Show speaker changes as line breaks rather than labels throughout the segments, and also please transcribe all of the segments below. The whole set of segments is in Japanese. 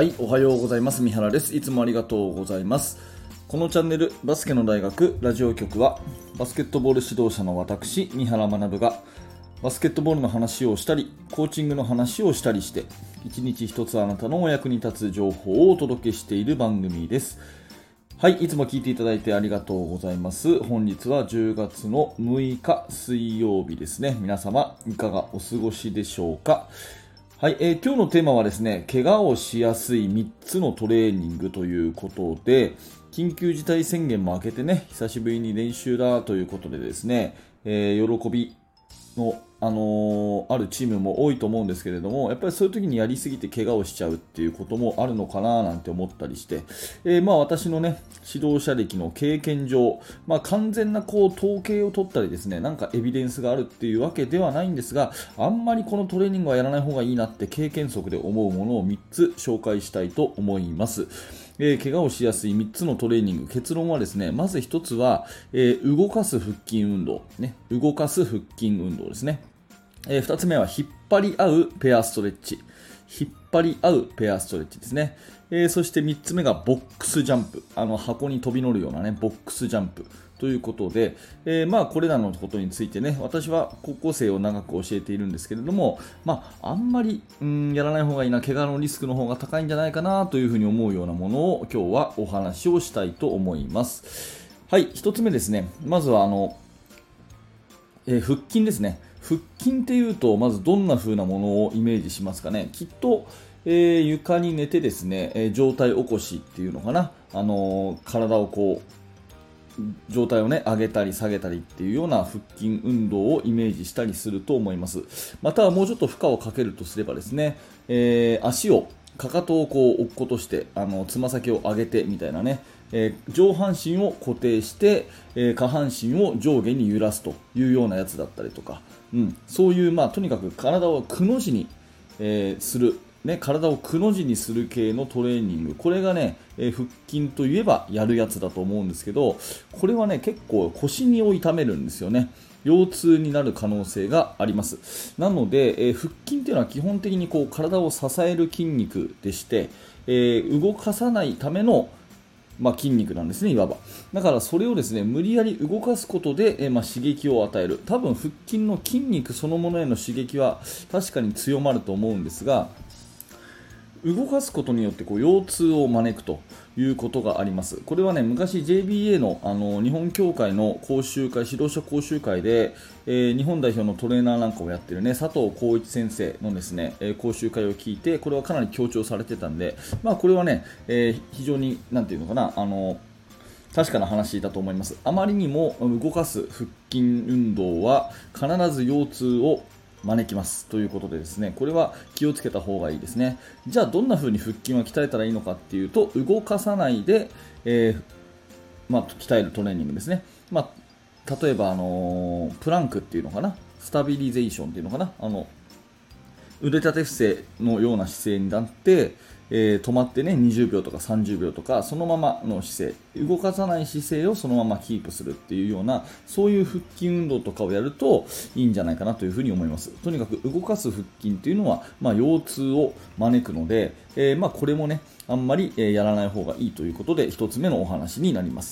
はい、おはようございます。三原です。いつもありがとうございます。このチャンネルバスケの大学ラジオ局はバスケットボール指導者の私三原学がバスケットボールの話をしたりコーチングの話をしたりして一日一つあなたのお役に立つ情報をお届けしている番組です。はい、いつも聞いていただいてありがとうございます。本日は10月の6日水曜日ですね。皆様いかがお過ごしでしょうか。はい、今日のテーマはですね、怪我をしやすい3つのトレーニングということで、緊急事態宣言も明けてね、久しぶりに練習だということでですね、喜びの、あるチームも多いと思うんですけれども、やっぱりそういう時にやりすぎて怪我をしちゃうっていうこともあるのかななんて思ったりして、私のね、指導者歴の経験上、完全な統計を取ったりですね、なんかエビデンスがあるっていうわけではないんですが、あんまりこのトレーニングはやらない方がいいなって経験則で思うものを3つ紹介したいと思います。怪我をしやすい3つのトレーニング、結論はですね、まず1つは、動かす腹筋運動、動かす腹筋運動ですね。2つ目は引っ張り合うペアストレッチ。引っ張り合うペアストレッチですね。そして3つ目がボックスジャンプ。箱に飛び乗るようなね、ボックスジャンプ。ということで、これらのことについてね、私は高校生を長く教えているんですけれども、あんまりやらない方がいいな、怪我のリスクの方が高いんじゃないかなというふうに思うようなものを今日はお話をしたいと思います。はい、1つ目ですね。まずは腹筋ですね。腹筋っていうと、まずどんな風なものをイメージしますかね。きっと、床に寝てですね、上体起こしっていうのかな。体を状態をね、上げたり下げたりっていうような腹筋運動をイメージしたりすると思います。またはもうちょっと負荷をかけるとすればですね、かかとを落っことして、つま先を上げてみたいなね、上半身を固定して、下半身を上下に揺らすというようなやつだったりとか、そういう、とにかく体をくの字に、する。体をくの字にする系のトレーニング、これがね、腹筋といえばやるやつだと思うんですけど、これはね、結構腰を痛めるんですよね。腰痛になる可能性があります。なので、腹筋っていうのは基本的に体を支える筋肉でして、動かさないための筋肉なんですね、いわば。だからそれをですね、無理やり動かすことで、刺激を与える。多分腹筋の筋肉そのものへの刺激は確かに強まると思うんですが、動かすことによって腰痛を招くということがあります。これはね、昔 JBA の、日本協会の講習会、指導者講習会で、日本代表のトレーナーなんかをやっているね、佐藤浩一先生のですね、講習会を聞いて、これはかなり強調されてたんで、これはね、非常に、なんていうのかな、確かな話だと思います。あまりにも動かす腹筋運動は必ず腰痛を招きますということでですね、これは気をつけた方がいいですね。じゃあどんな風に腹筋は鍛えたらいいのかっていうと、動かさないで、鍛えるトレーニングですね。例えば、プランクっていうのかな、スタビリゼーションっていうのかな、腕立て伏せのような姿勢になって、止まってね、20秒とか30秒とかそのままの姿勢、動かさない姿勢をそのままキープするっていうような、そういう腹筋運動とかをやるといいんじゃないかなというふうに思います。とにかく動かす腹筋っていうのは、腰痛を招くので、これもね、あんまりやらない方がいいということで1つ目のお話になります。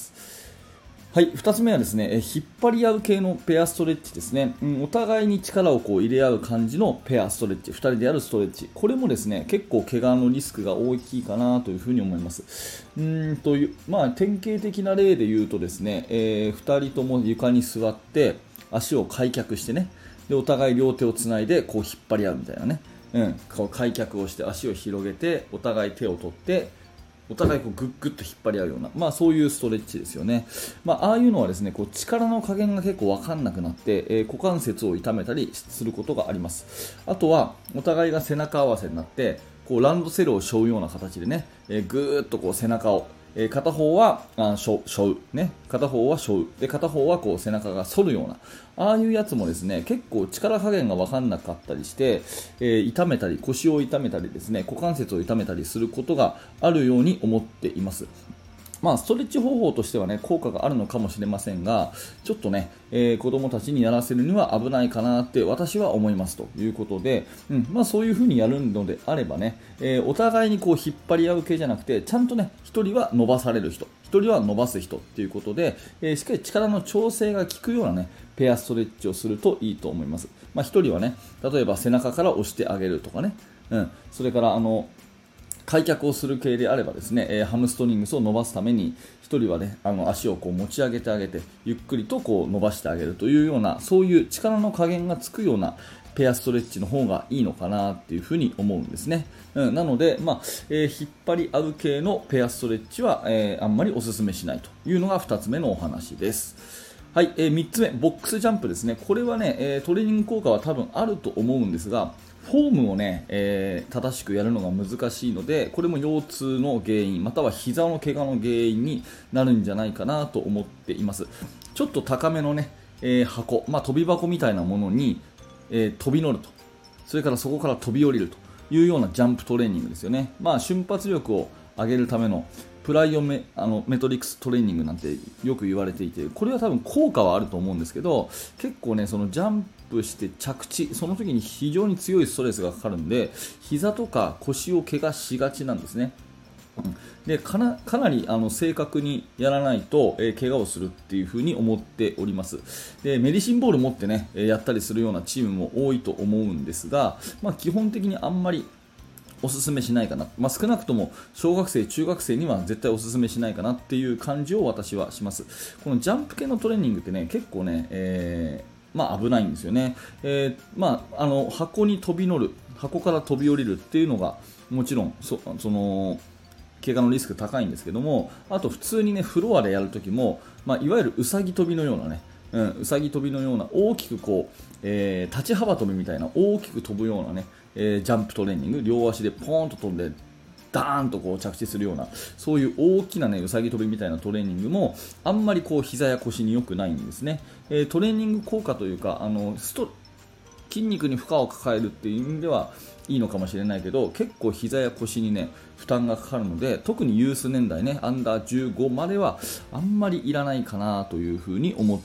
はい、2つ目はですね、引っ張り合う系のペアストレッチですね。お互いに力を入れ合う感じのペアストレッチ、2人でやるストレッチ。これもですね、結構怪我のリスクが大きいかなというふうに思います。典型的な例で言うとですね、2人とも床に座って足を開脚してね、でお互い両手をつないで引っ張り合うみたいなね、開脚をして足を広げてお互い手を取ってお互いグッグッと引っ張り合うような、そういうストレッチですよね。ああいうのはですね、力の加減が結構分かんなくなって、股関節を痛めたりすることがあります。あとはお互いが背中合わせになってランドセルを背負うような形でね、ぐーっと背中を片方は背負う、ね、片方は背負うで片方は背中が反るような、ああいうやつもですね、結構力加減が分かんなかったりして、痛めたり腰を痛めたりですね、股関節を痛めたりすることがあるように思っています。 ストレッチ方法としてはね効果があるのかもしれませんが、ちょっとね、子供たちにやらせるには危ないかなって私は思いますということで、そういう風にやるのであればね、お互いにこう引っ張り合う系じゃなくて、ちゃんとね1人は伸ばされる人、1人は伸ばす人っていうことで、しっかり力の調整が効くようなねペアストレッチをするといいと思います。1人はね例えば背中から押してあげるとかね、それから開脚をする系であればですね、ハムストリングスを伸ばすために1人はね足をこう持ち上げてあげてゆっくりとこう伸ばしてあげるというような、そういう力の加減がつくようなペアストレッチの方がいいのかなっていうふうに思うんですね。なので、引っ張り合う系のペアストレッチは、あんまりお勧めしないというのが2つ目のお話です。はい、3つ目、ボックスジャンプですね。これはね、トレーニング効果は多分あると思うんですが、フォームをね、正しくやるのが難しいので、これも腰痛の原因または膝の怪我の原因になるんじゃないかなと思っています。ちょっと高めのね、箱、跳び箱みたいなものに、飛び乗ると、それからそこから飛び降りるというようなジャンプトレーニングですよね。瞬発力を上げるためのプライオメトリックストレーニングなんてよく言われていて、これは多分効果はあると思うんですけど、結構ねそのジャンプして着地、その時に非常に強いストレスがかかるんで、膝とか腰を怪我しがちなんですね。でかなり正確にやらないと、怪我をするっていう風に思っております。でメディシンボール持ってねやったりするようなチームも多いと思うんですが、基本的にあんまりおすすめしないかな、少なくとも小学生中学生には絶対おすすめしないかなっていう感じを私はします。このジャンプ系のトレーニングってね結構ね、危ないんですよね。箱に飛び乗る、箱から飛び降りるっていうのがもちろんその怪我のリスク高いんですけども、あと普通にねフロアでやるときも、いわゆるうさぎ跳びのようなね、うさぎ跳びのような大きくこう、立ち幅跳びみたいな大きく飛ぶようなね、ジャンプトレーニング、両足でポーンと飛んでダーンとこう着地するような、そういう大きなねうさぎ跳びみたいなトレーニングもあんまりこう膝や腰に良くないんですね。トレーニング効果というか筋肉に負荷を抱えるっていう意味ではいいのかもしれないけど、結構膝や腰にね負担がかかるので、特にユース年代ねアンダー15まではあんまりいらないかなというふうに思って、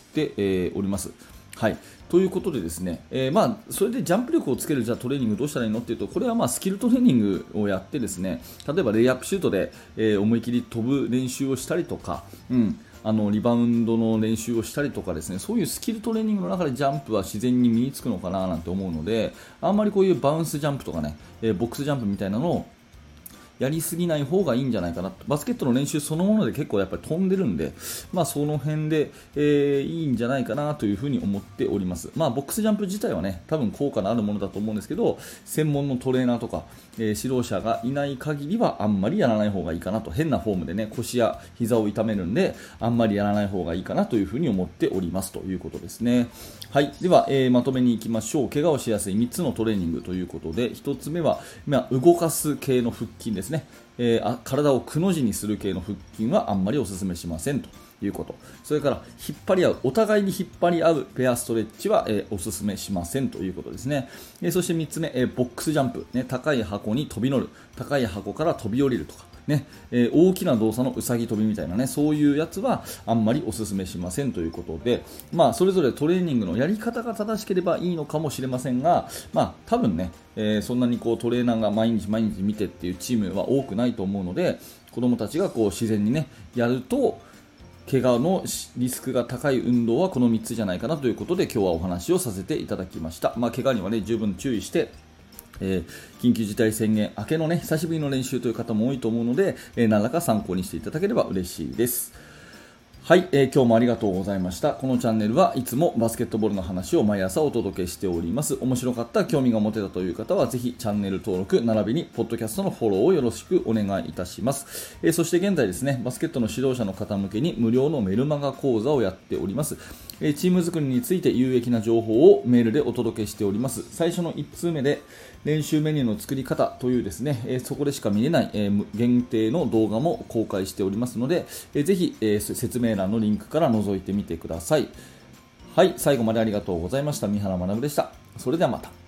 おります。はい、ということでですね、それでジャンプ力をつけるトレーニングどうしたらいいのっていうと、これはスキルトレーニングをやってですね、例えばレイアップシュートで、思い切り飛ぶ練習をしたりとか、リバウンドの練習をしたりとかですね、そういうスキルトレーニングの中でジャンプは自然に身につくのかななんて思うので、あんまりこういうバウンスジャンプとかね、ボックスジャンプみたいなのをやりすぎない方がいいんじゃないかなと。バスケットの練習そのもので結構やっぱり飛んでるんで、その辺で、いいんじゃないかなというふうに思っております。ボックスジャンプ自体はね多分効果のあるものだと思うんですけど、専門のトレーナーとか、指導者がいない限りはあんまりやらない方がいいかなと。変なフォームでね腰や膝を痛めるんで、あんまりやらない方がいいかなというふうに思っておりますということですね。はい、では、まとめにいきましょう。怪我をしやすい3つのトレーニングということで、1つ目は、動かす系の腹筋ですね。体をくの字にする系の腹筋はあんまりお勧めしませんということ。それから引っ張り合う、お互いに引っ張り合うペアストレッチは、お勧めしませんということですね。そして3つ目、ボックスジャンプ、高い箱に飛び乗る、高い箱から飛び降りるとか大きな動作のうさぎ跳びみたいなそういうやつはあんまりお勧めしませんということで、それぞれトレーニングのやり方が正しければいいのかもしれませんが、多分ね、そんなにこうトレーナーが毎日見てっていうチームは多くないと思うので、子どもたちがこう自然にねやると怪我のリスクが高い運動はこの3つじゃないかなということで、今日はお話をさせていただきました。怪我にはね十分注意して緊急事態宣言明けの久しぶりの練習という方も多いと思うので、何らか参考にしていただければ嬉しいです。はい、今日もありがとうございました。このチャンネルはいつもバスケットボールの話を毎朝お届けしております。面白かった、興味が持てたという方はぜひチャンネル登録並びにポッドキャストのフォローをよろしくお願いいたします。そして現在ですね、バスケットの指導者の方向けに無料のメルマガ講座をやっております。チーム作りについて有益な情報をメールでお届けしております。最初の1通目で練習メニューの作り方というですね、そこでしか見れない、限定の動画も公開しておりますので、ぜひ、説明欄のリンクから覗いてみてください。はい、最後までありがとうございました。三原学でした。それではまた。